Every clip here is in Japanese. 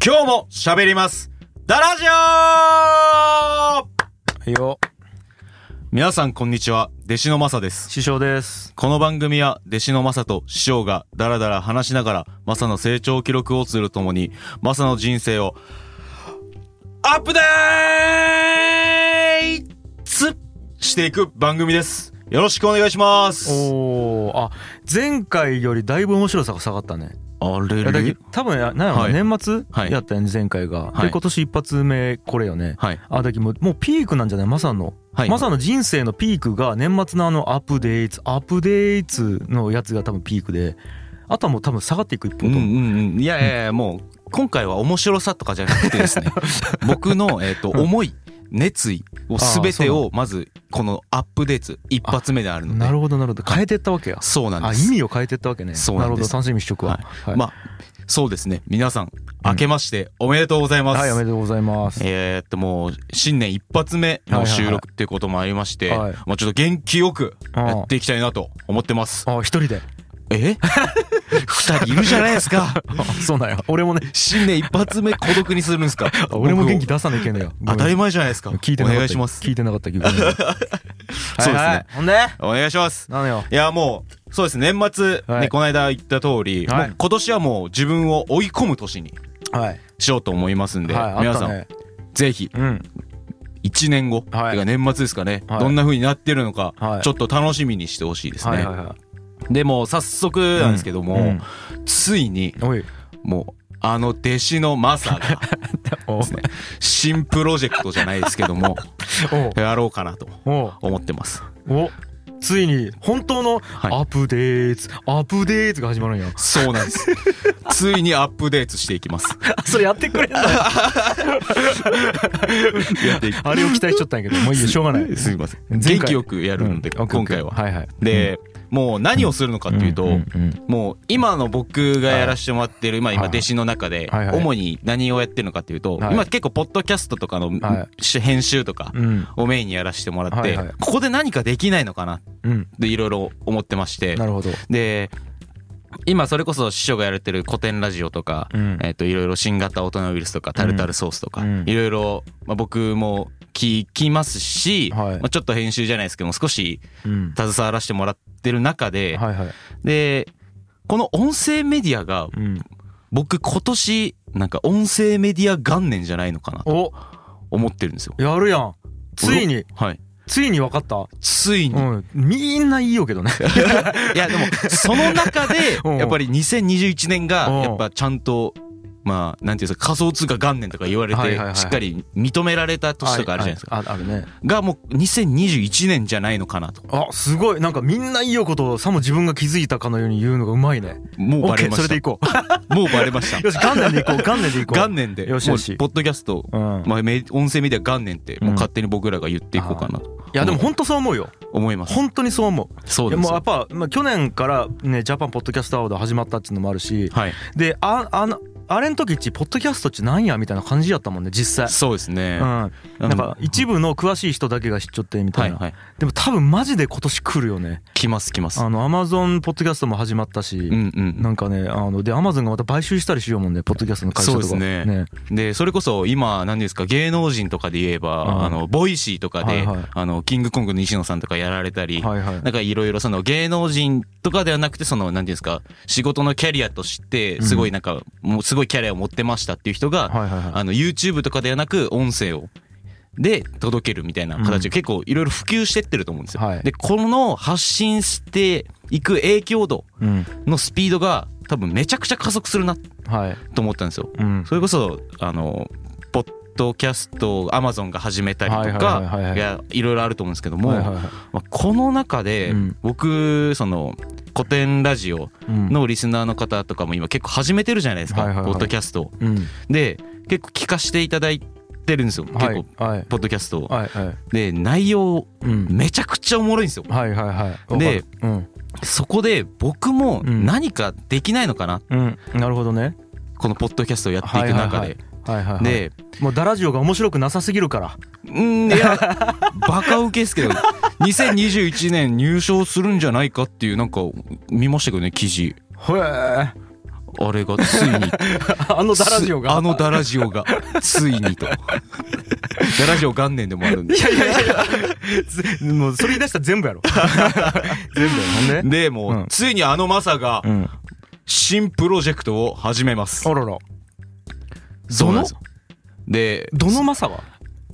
今日も喋りますダラジオはいよ。 皆さんこんにちは、弟子のマサです。 師匠です。 この番組は弟子のマサと師匠がダラダラ話しながらマサの成長記録をするともにマサの人生をアップデートしていく番組です。よろしくお願いします。 おー、前回よりだいぶ面白さが下がったね。 あれれ多分なんやろ、はい、年末やったよね、前回が、 はい、 で今年一発目これよね、 はい、 だけどもうピークなんじゃない、マサの、はい、マサの人生のピークが年末のアップデートのやつが多分ピークで、あとはもう多分下がっていく一方と思う。 いやいやいや、もう今回は面白さとかじゃなくてですね僕の思い熱意を全てをまずこのアップデート一発目であるので、 なるほどなるほど、変えてったわけや。 そうなんです。 意味を変えてったわけね。 そうなんです。 なるほど、楽しみにしとくわ。 はい、まあそうですね、皆さん明けましておめでとうございます。 はい、おめでとうございます。 もう新年一発目の収録っていうこともありまして、まあちょっと元気よくやっていきたいなと思ってます。 一人で 2人いるじゃないですか。 そうなんや。俺もね、 新年一発目孤独にするんですか。 俺も元気出さなきゃいけないよ。 当たり前じゃないですか。 聞いてなかった。 お願いします。 聞いてなかったけど。 そうですね。 ほんでお願いします。 何よ。 いやもうそうですね、年末ね、この間言った通り、もう今年はもう自分を追い込む年にしようと思いますんで、皆さんぜひ1年後てか年末ですかね、どんな風になってるのかちょっと楽しみにしてほしいですね。でも早速なんですけども、ついにもう弟子のマサがですね、新プロジェクトじゃないですけどもやろうかなと思ってます。 ついに本当のアップデートが始まるんや。 そうなんです。ついにアップデートしていきます。 それやってくれんのあれを期待しちゃったんやけど、もういいよ、しょうがない。 すいません。元気よくやるので、今回は。でもう何をするのかっていうと、もう今の僕がやらせてもらってる今弟子の中で主に何をやってるのかっていうと、今結構ポッドキャストとかの編集とかをメインにやらせてもらって、ここで何かできないのかなっていろいろ思ってまして、で今それこそ師匠がやれてる古典ラジオとかいろいろ新型大人ウイルスとかタルタルソースとかいろいろ僕も聞きますし、ちょっと編集じゃないですけども少し携わらせてもらってる中で、でこの音声メディアが僕今年なんか音声メディア元年じゃないのかなと思ってるんですよ。 やるやん。ついに分かった。ついに、みんないいよけどね。 いやでもその中でやっぱり2021年がやっぱちゃんとまあなんていうんですか、仮想通貨元年とか言われてしっかり認められた年とかあるじゃないですか。 あるね。がもう2021年じゃないのかなと。 すごい、なんかみんないいよことをさも自分が気づいたかのように言うのがうまいね。 もうバレました。 それでいこう。もうバレました。 よし、元年でいこう。元年で。 よしよし。ポッドキャスト、まあ音声メディア元年ってもう勝手に僕らが言っていこうかなと。 いやでも本当そう思うよ。 思います。 本当にそう思う。 そうです。 もうやっぱ去年からね、ジャパンポッドキャストアワード始まったっていうのもあるし、であれの時ポッドキャストってなんやみたいな感じやったもんね、実際。 そうですね。 なんか一部の詳しい人だけが知っちゃってみたいな。でも多分マジで今年来るよね。 来ます。 Amazon ポッドキャストも始まったし、なんかね、で Amazon がまた買収したりしようもんね、ポッドキャストの会社とか。 そうですね。でそれこそ今何ですか、芸能人とかで言えばボイシーとかでキングコングの西野さんとかやられたり、なんかいろいろその芸能人とかではなくて、その何ですか、仕事のキャリアとしてすごいなんかもうすごいキャリアを持ってましたっていう人がYouTube とかではなく音声をで届けるみたいな形で結構いろいろ普及してってると思うんですよ。でこの発信していく影響度のスピードが多分めちゃくちゃ加速するなと思ったんですよ。それこそポッドキャストを Amazon が始めたりとかいろいろあると思うんですけども、この中で僕その古典ラジオのリスナーの方とかも今結構始めてるじゃないですか、ポッドキャストで結構聞かせていただいてるんですよ、結構ポッドキャストで内容めちゃくちゃおもろいんですよ。でそこで僕も何かできないのかな、 なるほどね、 このポッドキャストをやっていく中で。でもうダラジオが面白くなさすぎるから、 いやバカウケですけど2021年入賞するんじゃないかっていうなんか見ましたけどね、記事。 あれがついにあのダラジオがついにとダラジオ元年でもあるんで、 いやもうそれ言い出したら全部やろ全部やろでもう、ついにあのマサが新プロジェクトを始めます。 あらら、 そうなんですよ。でどのマサは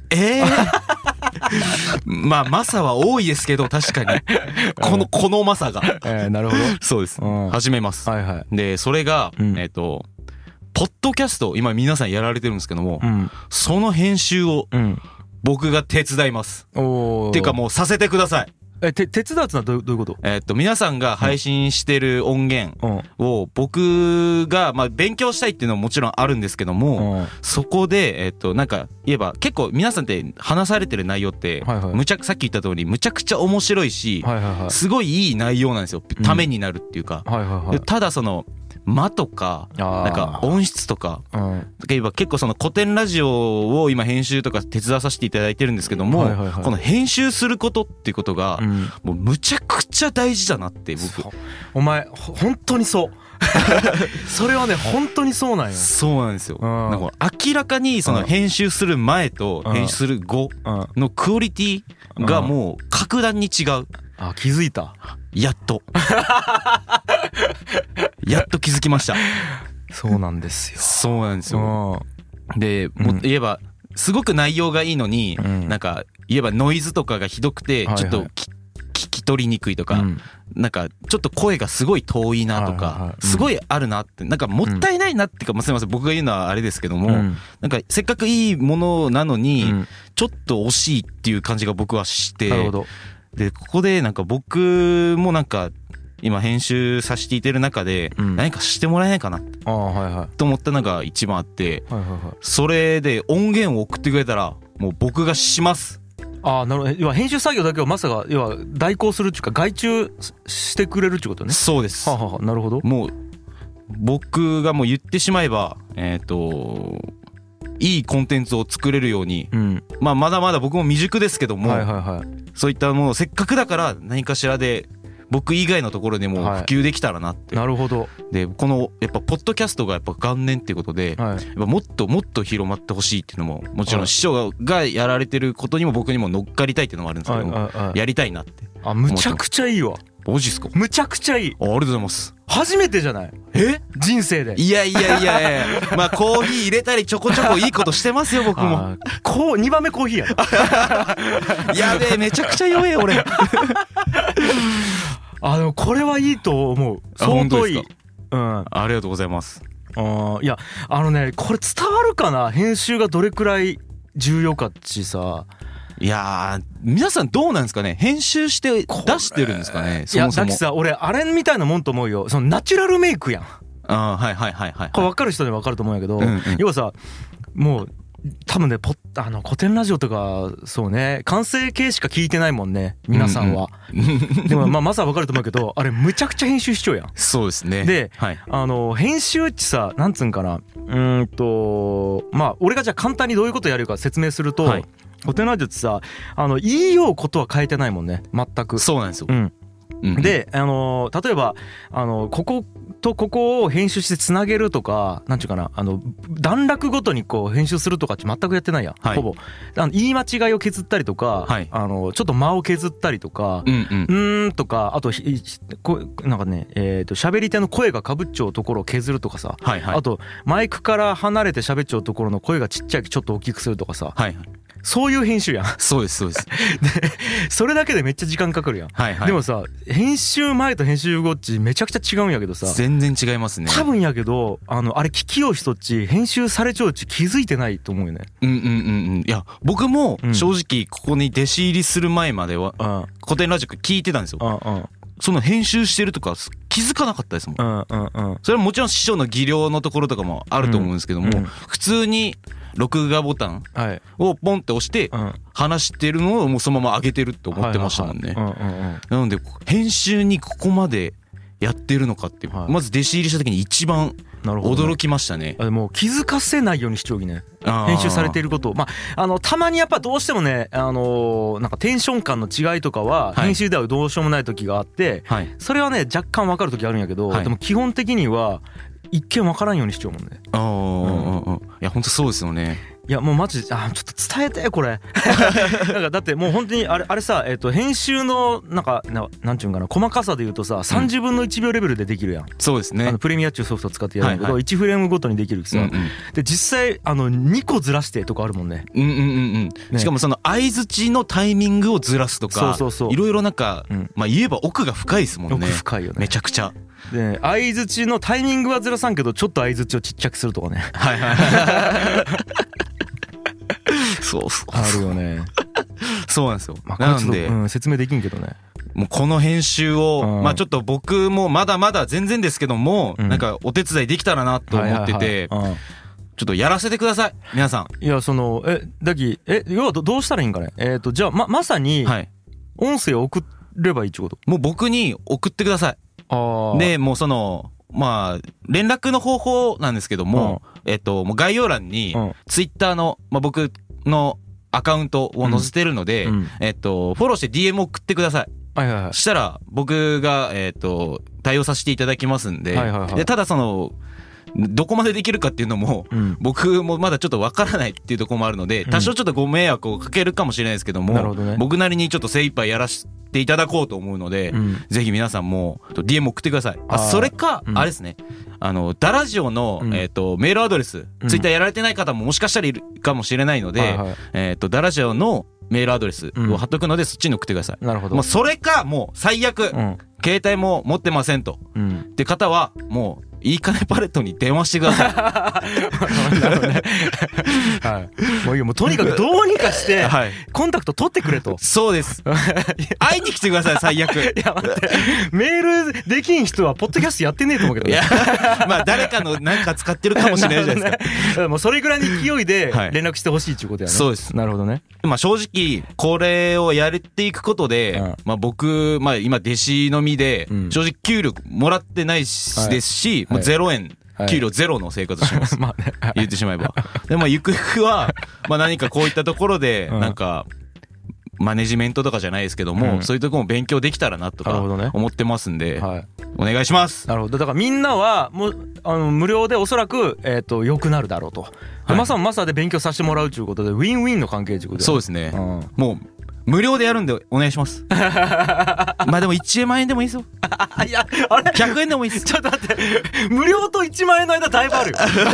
まあマサは多いですけど、確かにこのマサがなるほど、 そうです、始めます。 はいはい。 でそれがポッドキャスト今皆さんやられてるんですけども、その編集を僕が手伝います。っていうかもうさせてください。 手伝うってのはどういうこと？ 皆さんが配信してる音源を僕がまあ勉強したいっていうのももちろんあるんですけども、そこでなんか言えば結構皆さんって話されてる内容ってさっき言った通りむちゃくちゃ面白いし、すごいいい内容なんですよ。ためになるっていうか。ただその間とかなんか音質とか結構その古典ラジオを今編集とか手伝わさせていただいてるんですけども、この編集することっていうことがもうむちゃくちゃ大事だなって僕。 お前本当にそうそれはね本当にそうなんよ。 そうなんですよ。なんか明らかにその編集する前と編集する後のクオリティがもう格段に違う。 あ、気づいた。 やっと気づきました。 そうなんですよ。 そうなんですよ。でも言えばすごく内容がいいのに、なんか言えばノイズとかがひどくてちょっと聞き取りにくいとか、なんかちょっと声がすごい遠いなとかすごいあるなって、なんかもったいないなっていうか、すいません僕が言うのはあれですけども、なんかせっかくいいものなのにちょっと惜しいっていう感じが僕はして、でここでなんか僕もなんか今編集させていてる中で何かしてもらえないかなと思ったのが一番あって、それで音源を送ってくれたらもう僕がします。 ああ、なるほど。要は編集作業だけをマサが要は代行するっていうか外注してくれるってことね。 そうです。 なるほど。 もう僕がもう言ってしまえばいいコンテンツを作れるように、まあまだまだ僕も未熟ですけども、そういったものをせっかくだから何かしらで僕以外のところでも普及できたらなって。 なるほど。 でこのやっぱポッドキャストがやっぱ元年っていうことで、やっぱもっともっと広まってほしいっていうのももちろん師匠がやられてることにも僕にも乗っかりたいっていうのもあるんですけども、やりたいなって。 あ、むちゃくちゃいいわ。 マジっすか？ むちゃくちゃいい。 ありがとうございます。 初めてじゃない？人生で。 いやまあコーヒー入れたりちょこちょこいいことしてますよ僕も。 2番目コーヒーややべえ、めちゃくちゃ弱え俺でもこれはいいと思う。相当いい。 ありがとうございます。 いやこれ伝わるかな、編集がどれくらい重要かっちさ。 いや皆さんどうなんですかね、編集して出してるんですかね。 いやだってさ、俺あれみたいなもんと思うよ。そのナチュラルメイクやん。これ分かる人には分かると思うんやけど、要はさもう多分ね古典ラジオとかそうね完成形しか聞いてないもんね皆さんは。でもまずは分かると思うけど、あれむちゃくちゃ編集しちゃうやん。 そうですね。 で、編集ってさなんつうんかな、まあ俺がじゃあ簡単にどういうことやるか説明すると、古典ラジオってさ言いようことは変えてないもんね全く。 そうなんですよ。 で例えばこことここを編集してつなげるとかなんちゅうかな段落ごとにこう編集するとかって全くやってないや、ほぼ。言い間違いを削ったりとか、ちょっと間を削ったりとかとか、あとなんかね喋り手の声がかぶっちゃうところを削るとかさ、あとマイクから離れて喋っちゃうところの声がちっちゃいちょっと大きくするとかさ、そういう編集やん。 そうですでそれだけでめっちゃ時間かかるやん。でもさ編集前と編集後っちめちゃくちゃ違うんやけどさ。 全然違いますね。 多分やけどあれ聞きよう人っち編集されちゃうっち気づいてないと思うよね。 いや僕も正直ここに弟子入りする前までは古典ラジオ聞いてたんですよ。その編集してるとか気づかなかったですもん。それはもちろん師匠の技量のところとかもあると思うんですけども、普通に録画ボタンをポンって押して話してるのをもうそのまま上げてるって思ってましたもんね。なので編集にここまでやってるのかってまず弟子入りした時に一番驚きましたね。 もう気づかせないようにしちゃうね編集されていることを。たまにやっぱどうしてもねなんかテンション感の違いとかは編集ではどうしようもない時があって、それはね若干分かる時あるんやけど、でも基本的には一見分からんようにしちゃうもんね。 いや本当そうですよね。 いやもうマジでちょっと伝えてこれなんかだってもう本当にあれさ、編集のなんちゅうんかな、細かさで言うとさ30分の1秒レベルでできるやん。 そうですね。 プレミアっていうソフト使ってやるんだけど、1フレームごとにできるしさ、で実際2個ずらしてとかあるもんね。 しかもその相槌のタイミングをずらすとか、いろいろなんかまあ言えば奥が深いですもんね。 奥深いよね。 めちゃくちゃ。 で相槌のタイミングはずらさんけどちょっと相槌をちっちゃくするとかね。 そうあるよね。 そうなんですよ。なんで説明できんけどね。 もうこの編集をまあちょっと僕もまだまだ全然ですけどもなんかお手伝いできたらなと思ってて、ちょっとやらせてください皆さん。 いやだき要はどうしたらいいんかね。じゃあまさに音声を送ればいいってこと？ もう僕に送ってください。でもうまあ連絡の方法なんですけども、もう概要欄にツイッターの僕のアカウントを載せてるので、フォローして DM 送ってください。そしたら僕が対応させていただきますんで、でただどこまでできるかっていうのも僕もまだちょっとわからないっていうところもあるので、多少ちょっとご迷惑をかけるかもしれないですけども、僕なりにちょっと精一杯やらせていただこうと思うので、ぜひ皆さんも DM 送ってください。それかあれですね、ダラジオのメールアドレス、ツイッターやられてない方ももしかしたらいるかもしれないので、ダラジオのメールアドレスを貼っとくのでそっちに送ってください。なるほど。もうそれかもう最悪携帯も持ってませんとって方はもういいかねパレットに電話してください。なるほどね。 はい。もういいよ、もうとにかくどうにかしてコンタクト取ってくれと。 そうです。会いに来てください最悪。いや待って、メールできん人はポッドキャストやってねえと思うけど。いやまあ誰かのなんか使ってるかもしれないじゃないですか。 もうそれぐらいの勢いで連絡してほしいっていうことやね。 そうです。 なるほどね。 まあ正直これをやっていくことで、まあ僕まあ今弟子の身で正直給料もらってないですし、もう0円。給料ゼロの生活してます。まあね、言ってしまえば。でまあゆくゆくはまあ何かこういったところでなんかマネジメントとかじゃないですけども、そういうところも勉強できたらなとか思ってますんで、お願いします。 なるほど。だからみんなはもう無料でおそらく良くなるだろうと。マサもマサで勉強させてもらうということでウィンウィンの関係ということで。 そうですね。もう無料でやるんでお願いします。まあでも1万円でもいいですよ。いやあれ100円でもいいです。 ちょっと待って、無料と1万円の間だいぶあるよ。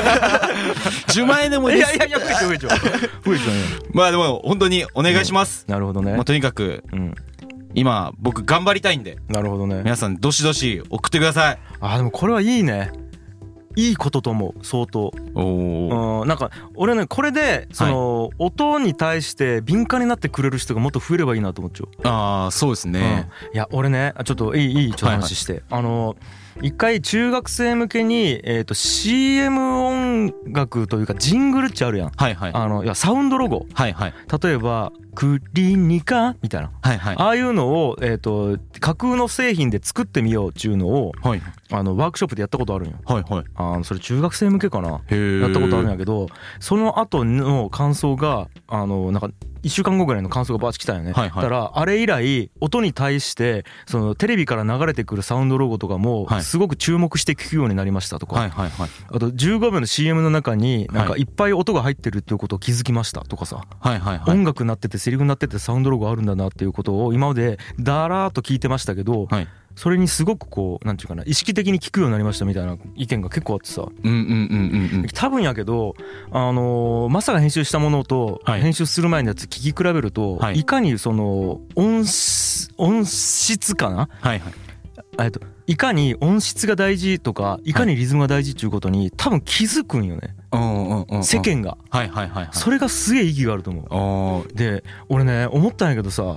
10万円でもいいです。 いや増えちゃう。 まあでも本当にお願いします。 なるほどね。 とにかく今僕頑張りたいんで。 なるほどね。 皆さんどしどし送ってください。 でもこれはいいね。いいことと思う相当。なんか俺ねこれで音に対して敏感になってくれる人がもっと増えればいいなと思っちゃう。 そうですね。 いや俺ねちょっといいちょっと話して、一回中学生向けにCM 音楽というかジングルっちゃあるやん。いやサウンドロゴ。例えばクリニカみたいな、ああいうのを架空の製品で作ってみようっていうのをワークショップでやったことあるんよ。それ中学生向けかな、やったことあるんやけど、その後の感想がなんか1週間後ぐらいの感想がバーッと来たよね。だからあれ以来音に対してテレビから流れてくるサウンドロゴとかもすごく注目して聞くようになりましたとか、あと15秒の CM の中になんかいっぱい音が入ってるっていうことを気づきましたとかさ、音楽になっててセリフになっててサウンドロゴあるんだなっていうことを今までだらーっと聞いてましたけど、それにすごくこうなんていうかな、意識的に聞くようになりましたみたいな意見が結構あってさ、多分やけどマサが編集したものと編集する前のやつ聞き比べると、いかに音質かな、いかに音質が大事とかいかにリズムが大事っていうことに多分気づくんよね、世間が。それがすげえ意義があると思う。で俺ね思ったんやけどさ、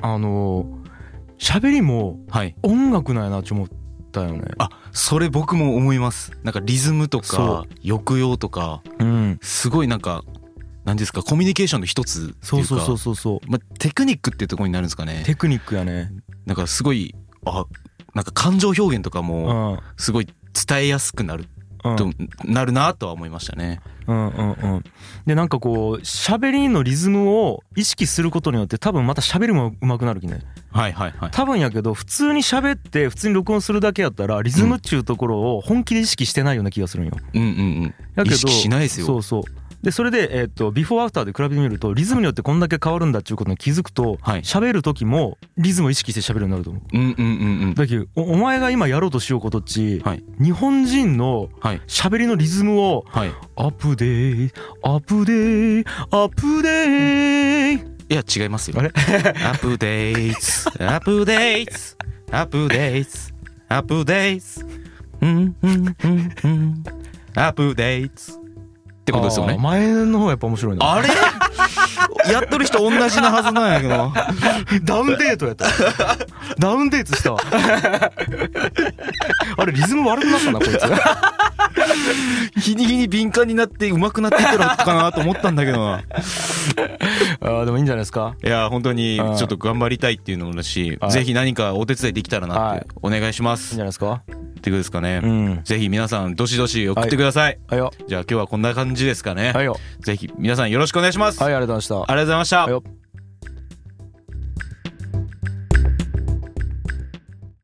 喋りも音楽なんやなって思ったよね。 それ僕も思います。なんかリズムとか抑揚とか、すごいなんか何ですか、コミュニケーションの一つっていうか、テクニックっていうところになるんですかね。 テクニックやね。 なんかすごいなんか感情表現とかもすごい伝えやすくなるっとなるなとは思いましたね。 でなんかこう喋りのリズムを意識することによって多分また喋りも上手くなるきね。多分やけど普通に喋って普通に録音するだけやったらリズムっちゅうところを本気で意識してないような気がするんよ。 やけど意識しないですよ。 そうそう。でそれでビフォーアフターで比べてみるとリズムによってこんだけ変わるんだっていうことに気づくと喋る時もリズムを意識して喋るようになると思う。だけどお前が今やろうとしようことっち日本人の喋りのリズムをアップデーアップデーアップデー、 いや違いますよ。アップデーツアップデーツアップデーツアップデーツアップデーツってことですよね。 前の方がやっぱ面白いな。 あれやっとる人同じなはずなんやけどダウンデートやったダウンデートしたわあれリズム悪くなったなこいつ日に日に敏感になって上手くなっていったのかなと思ったんだけどなでもいいんじゃないですか。 いや本当にちょっと頑張りたいっていうのもだし、ぜひ何かお手伝いできたらなってお願いします。 いいんじゃないですかってことですかね。ぜひ皆さんどしどし送ってください。じゃあ今日はこんな感じですかね。ぜひ皆さんよろしくお願いします。 ありがとうございました。 ありがとうございました。